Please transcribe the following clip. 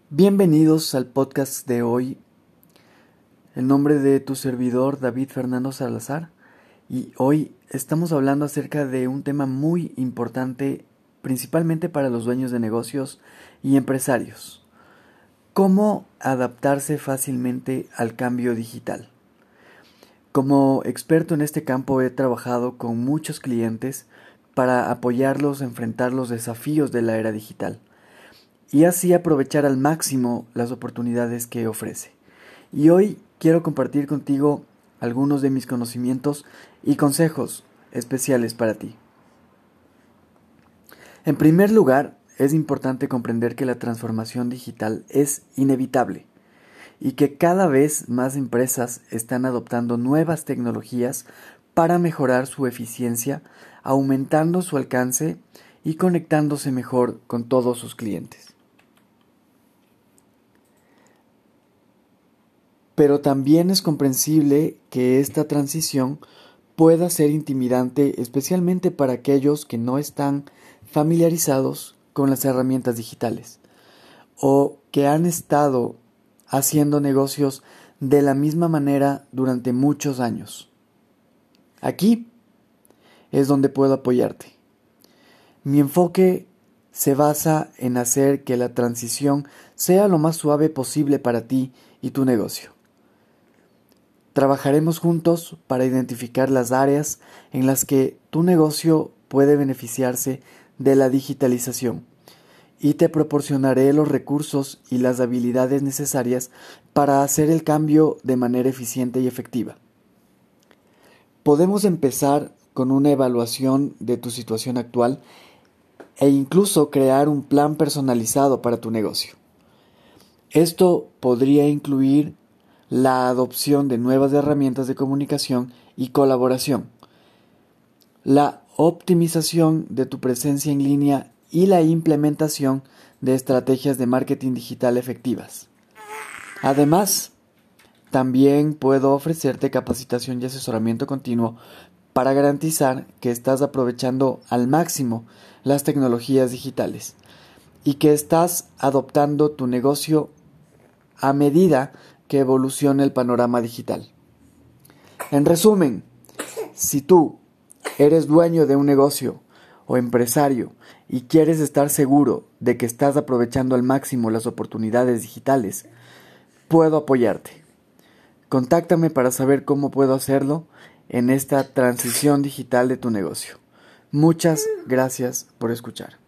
Bienvenidos al podcast de hoy. En nombre de tu servidor David Fernando Salazar, y hoy estamos hablando acerca de un tema muy importante, principalmente para los dueños de negocios y empresarios: cómo adaptarse fácilmente al cambio digital. Como experto en este campo he trabajado con muchos clientes para apoyarlos a enfrentar los desafíos de la era digital y así aprovechar al máximo las oportunidades que ofrece. Y hoy quiero compartir contigo algunos de mis conocimientos y consejos especiales para ti. En primer lugar, es importante comprender que la transformación digital es inevitable y que cada vez más empresas están adoptando nuevas tecnologías para mejorar su eficiencia, aumentando su alcance y conectándose mejor con todos sus clientes. Pero también es comprensible que esta transición pueda ser intimidante, especialmente para aquellos que no están familiarizados con las herramientas digitales o que han estado haciendo negocios de la misma manera durante muchos años. Aquí es donde puedo apoyarte. Mi enfoque se basa en hacer que la transición sea lo más suave posible para ti y tu negocio. Trabajaremos juntos para identificar las áreas en las que tu negocio puede beneficiarse de la digitalización y te proporcionaré los recursos y las habilidades necesarias para hacer el cambio de manera eficiente y efectiva. Podemos empezar con una evaluación de tu situación actual e incluso crear un plan personalizado para tu negocio. Esto podría incluir la adopción de nuevas herramientas de comunicación y colaboración, la optimización de tu presencia en línea y la implementación de estrategias de marketing digital efectivas. Además, también puedo ofrecerte capacitación y asesoramiento continuo para garantizar que estás aprovechando al máximo las tecnologías digitales y que estás adoptando tu negocio a medida que evolucione el panorama digital. En resumen, si tú eres dueño de un negocio o empresario y quieres estar seguro de que estás aprovechando al máximo las oportunidades digitales, puedo apoyarte. Contáctame para saber cómo puedo hacerlo en esta transición digital de tu negocio. Muchas gracias por escuchar.